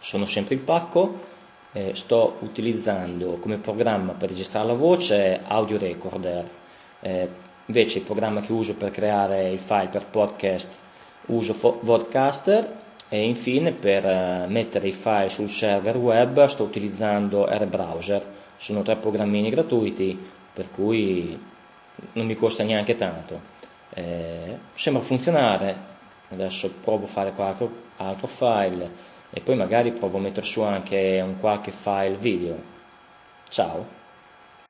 sono sempre il Pacco. Sto utilizzando come programma per registrare la voce Audio Recorder. Invece il programma che uso per creare i file per podcast uso Vodcaster, e infine per mettere i file sul server web sto utilizzando AirBrowser. Sono 3 programmini gratuiti, per cui non mi costa neanche tanto. Sembra funzionare. Adesso provo a fare qualche altro file e poi magari provo a mettere su anche un qualche file video. Ciao!